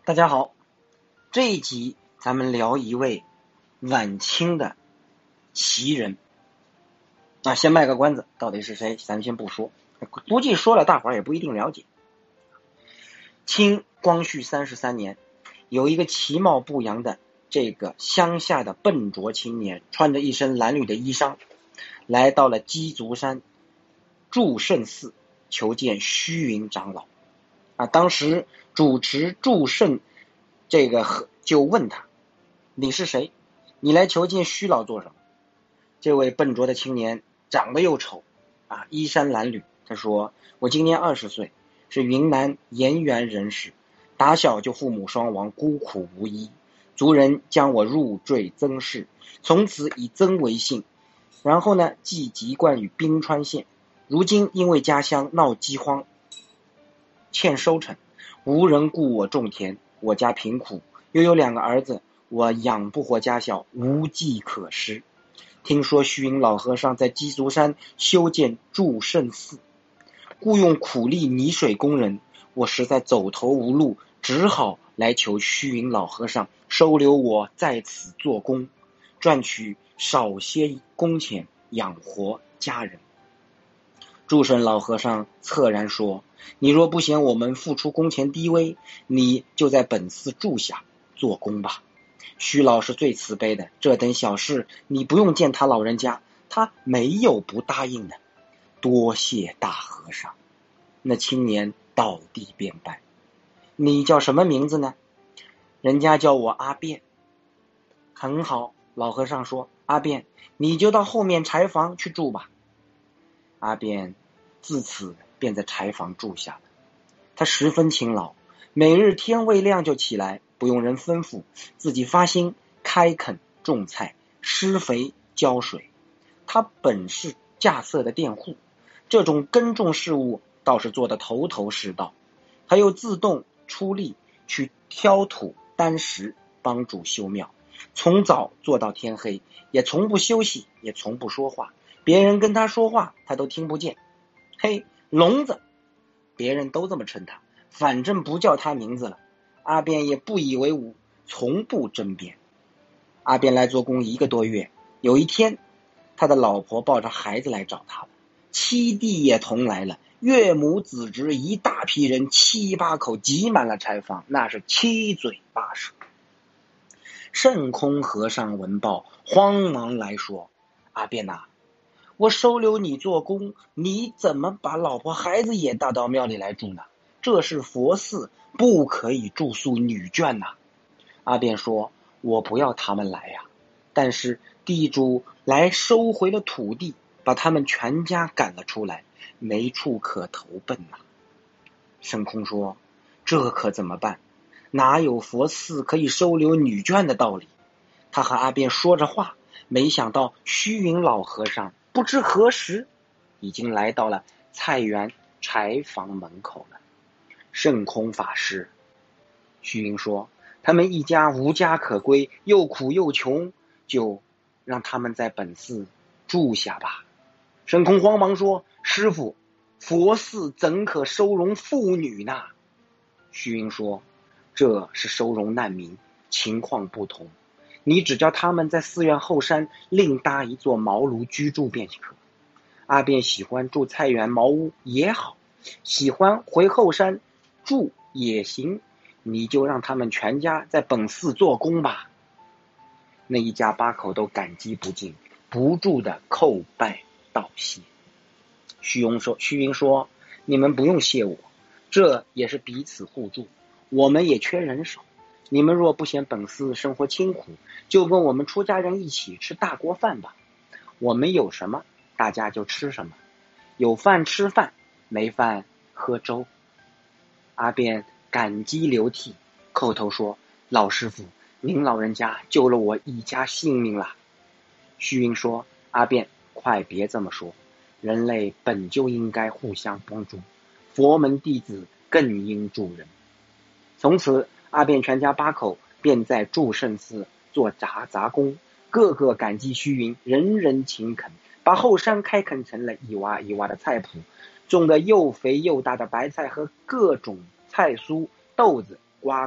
大家好，这一集咱们聊一位晚清的奇人。先卖个关子，到底是谁咱先不说，估计说了大伙儿也不一定了解。清光绪33年，有一个其貌不扬的这个乡下的笨拙青年，穿着一身蓝绿的衣裳，来到了鸡足山祝圣寺求见虚云长老。当时主持祝圣这个就问他，你是谁？你来求见虚老做什么？这位笨拙的青年长得又丑衣衫褴褛。他说，我今年20岁，是云南盐源人士，打小就父母双亡，孤苦无依，族人将我入赘曾氏，从此以曾为姓，然后呢寄籍贯于宾川县，如今因为家乡闹饥荒，欠收成，无人雇我种田，我家贫苦，又有2个儿子，我养不活家小，无计可施。听说虚云老和尚在鸡足山修建祝圣寺，雇用苦力泥水工人，我实在走投无路，只好来求虚云老和尚收留我在此做工，赚取少些工钱，养活家人。祝圣老和尚恻然说，你若不嫌我们付出工钱低微，你就在本寺住下做工吧。虚老是最慈悲的，这等小事你不用见他老人家，他没有不答应的。多谢大和尚。那青年倒地便拜。你叫什么名字呢？人家叫我阿辩。很好，老和尚说，阿辩，你就到后面柴房去住吧。阿辩自此便在柴房住下了。他十分勤劳，每日天未亮就起来，不用人吩咐，自己发心开垦种菜，施肥浇水。他本是架色的佃户，这种耕种事务倒是做得头头是道。他又自动出力去挑土担石，帮助修庙，从早做到天黑，也从不休息，也从不说话。别人跟他说话他都听不见。嘿，聋子，别人都这么称他，反正不叫他名字了。阿辩也不以为忤，从不争辩。阿辩来做工1个多月，有一天他的老婆抱着孩子来找他了，七弟也同来了，岳母子侄一大批人，7、8口挤满了柴房，那是七嘴八舌。圣空和尚闻报，慌忙来说，阿辩呐，我收留你做工，你怎么把老婆孩子也带到庙里来住呢？这是佛寺，不可以住宿女眷呐。阿辩说，我不要他们来呀，但是地主来收回了土地，把他们全家赶了出来，没处可投奔呐。圣空说，这可怎么办？哪有佛寺可以收留女眷的道理？他和阿辩说着话，没想到虚云老和尚不知何时已经来到了菜园柴房门口了。圣空法师，虚云说，他们一家无家可归，又苦又穷，就让他们在本寺住下吧。圣空慌忙说，师父，佛寺怎可收容妇女呢？虚云说，这是收容难民，情况不同，你只叫他们在寺院后山另搭一座茅庐居住便可。阿辩喜欢住菜园茅屋也好，喜欢回后山住也行，你就让他们全家在本寺做工吧。那一家8口都感激不尽，不住的叩拜道谢。虚云说，你们不用谢我，这也是彼此互助，我们也缺人手，你们若不嫌本寺生活清苦，就跟我们出家人一起吃大锅饭吧。我们有什么大家就吃什么，有饭吃饭，没饭喝粥。阿辩感激流涕，叩头说，老师傅，您老人家救了我一家性命了。虚云说，阿辩，快别这么说，人类本就应该互相帮助，佛门弟子更应助人。从此阿辩全家8口便在祝圣寺做杂工，个个感激虚云，人人勤恳，把后山开垦成了一洼一洼的菜圃，种的又肥又大的白菜和各种菜蔬、豆子、瓜果，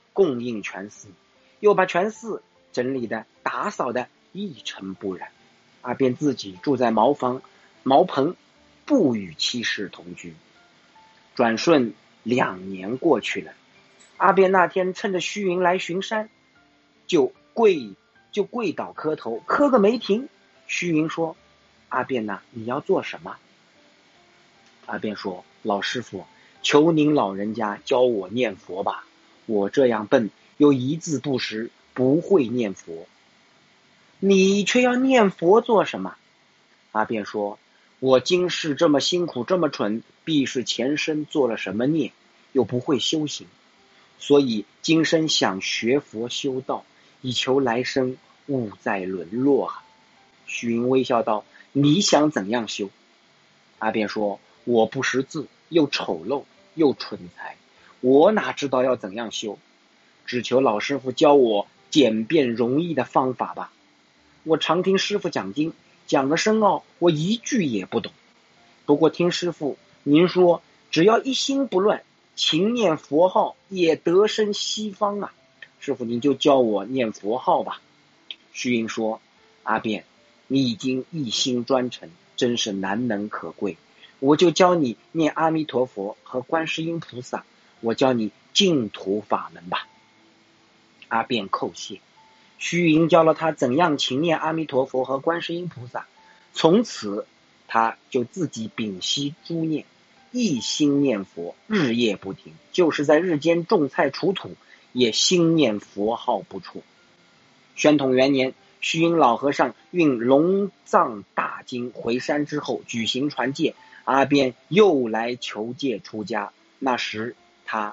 供应全寺，又把全寺整理的打扫的一尘不染。阿辩自己住在茅棚，不与妻室同居。转瞬2年过去了，阿辩那天趁着虚云来巡山，就跪倒磕头，磕个没停。虚云说：阿辩呐，你要做什么？阿辩说：老师傅，求您老人家教我念佛吧，我这样笨，又一字不识，不会念佛。你却要念佛做什么？阿辩说：我今世这么辛苦，这么蠢，必是前生做了什么孽，又不会修行，所以今生想学佛修道，以求来生勿再沦落啊。虚云微笑道：你想怎样修？阿辩说：我不识字，又丑陋又蠢材，我哪知道要怎样修，只求老师傅教我简便容易的方法吧。我常听师傅讲经，讲个深奥，我一句也不懂。不过听师傅您说，只要一心不乱，勤念佛号，也得生西方啊。师傅您就教我念佛号吧。虚云说：阿辩，你已经一心专诚，真是难能可贵，我就教你念阿弥陀佛和观世音菩萨，我教你净土法门吧。阿辩叩谢。虚云教了他怎样勤念阿弥陀佛和观世音菩萨，从此他就自己屏息诸念，一心念佛，日夜不停，就是在日间种菜除土，也心念佛号不辍。宣统元年，虚云老和尚运龙藏大经回山之后，举行传戒，阿辩又来求戒出家，那时他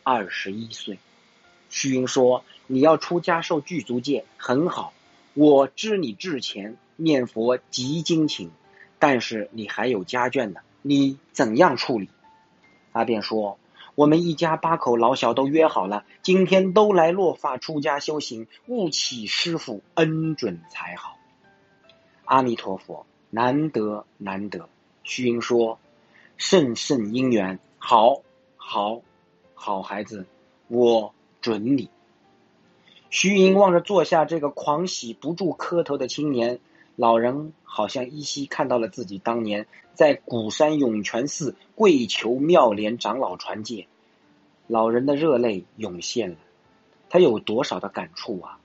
21岁。虚云说：你要出家受具足戒很好，我知你至虔，念佛极精勤，但是你还有家眷呢，你怎样处理？阿辩说：我们一家8口老小都约好了，今天都来落发出家修行，务乞师父恩准才好。阿弥陀佛，难得难得。虚云说：甚因缘，好孩子，我准你。虚云望着坐下这个狂喜不住磕头的青年，老人好像依稀看到了自己当年在鼓山涌泉寺跪求妙莲长老传戒，老人的热泪涌现了。他有多少的感触啊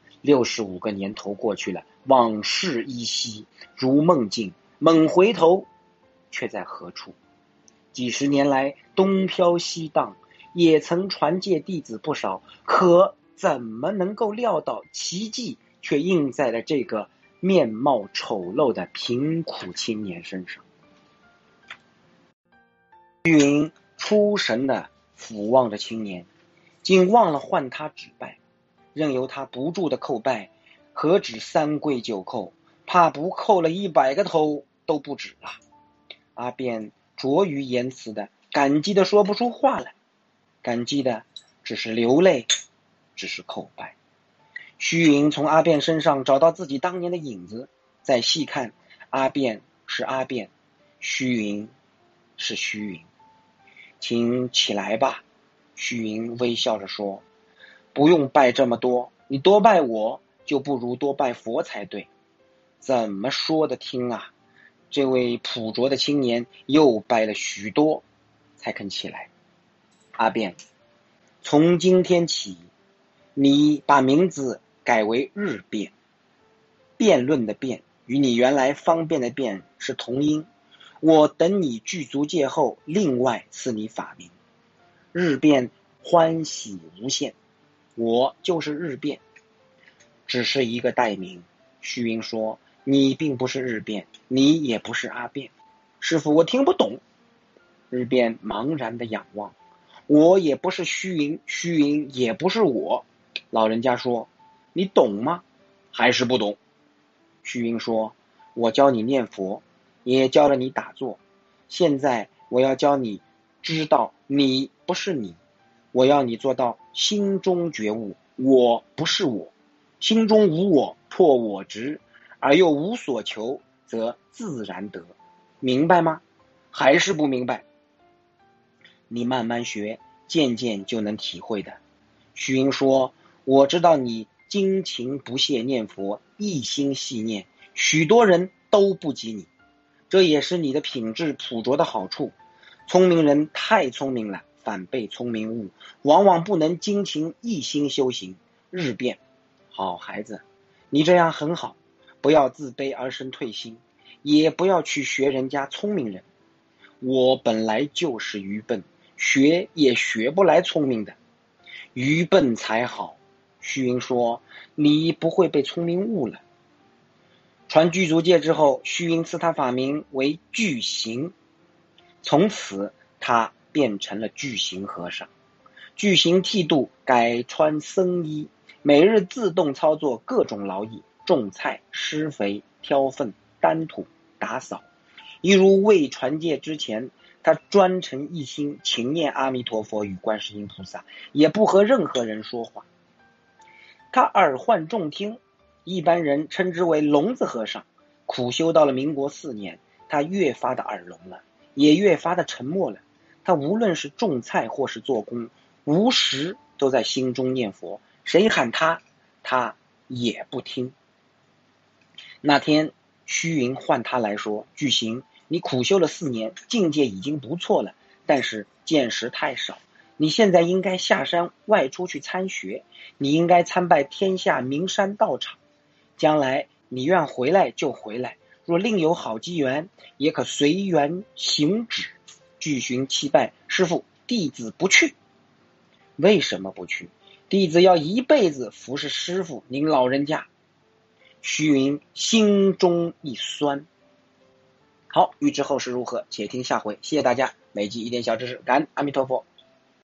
！65个年头过去了，往事依稀如梦境，猛回头却在何处？几十年来东飘西荡，也曾传戒弟子不少，可怎么能够料到奇迹却印在了这个面貌丑陋的贫苦青年身上？虚云出神地俯望着青年，竟忘了唤他止拜，任由他不住的叩拜，何止3跪9叩，怕不叩了100个头都不止了。阿辩拙于言辞的，感激的说不出话来，感激的只是流泪，只是叩拜。虚云从阿辩身上找到自己当年的影子，再细看，阿辩是阿辩，虚云是虚云。请起来吧。虚云微笑着说：不用拜这么多，你多拜我就不如多拜佛才对。怎么说的听啊？这位朴拙的青年又拜了许多才肯起来。阿辩，从今天起，你把名字改为日辩。辩论的辩与你原来方便的辩是同音，我等你具足戒后另外赐你法名。日辩欢喜无限，我就是日辩，只是一个代名。虚云说：你并不是日辩，你也不是阿辩。师父，我听不懂。日辩茫然的仰望，我也不是虚云，虚云也不是我。老人家说：你懂吗？还是不懂？虚云说：我教你念佛，也教了你打坐，现在我要教你知道你不是你，我要你做到心中觉悟，我不是我，心中无我，破我执，而又无所求，则自然得。明白吗？还是不明白？你慢慢学，渐渐就能体会的。 虚云说，我知道你精勤不懈念佛，一心细念，许多人都不及你，这也是你的品质朴拙的好处。聪明人太聪明了，反被聪明误，往往不能精勤一心修行，日变。好孩子，你这样很好，不要自卑而生退心，也不要去学人家聪明人。我本来就是愚笨，学也学不来聪明的，愚笨才好。虚云说，你不会被聪明误了。传具足戒之后，虚云赐他法名为具行，从此他变成了具行和尚。具行剃度，改穿僧衣，每日自动操作各种劳役，种菜、施肥、挑粪、担土、打扫。一如未传戒之前，他专诚一心，勤念阿弥陀佛与观世音菩萨，也不和任何人说话。他耳幻众听，一般人称之为聋子和尚。苦修到了民国4年，他越发的耳聋了，也越发的沉默了。他无论是种菜或是做工，无时都在心中念佛，谁喊他，他也不听。那天虚云唤他来说，具行，你苦修了4年，境界已经不错了，但是见识太少，你现在应该下山外出去参学，你应该参拜天下名山道场，将来你愿回来就回来，若另有好机缘，也可随缘行止。具行期拜，师父，弟子不去。为什么不去？弟子要一辈子服侍师父您老人家。虚云心中一酸。好，欲知后事如何，且听下回。谢谢大家，每集一点小知识，感恩阿弥陀佛。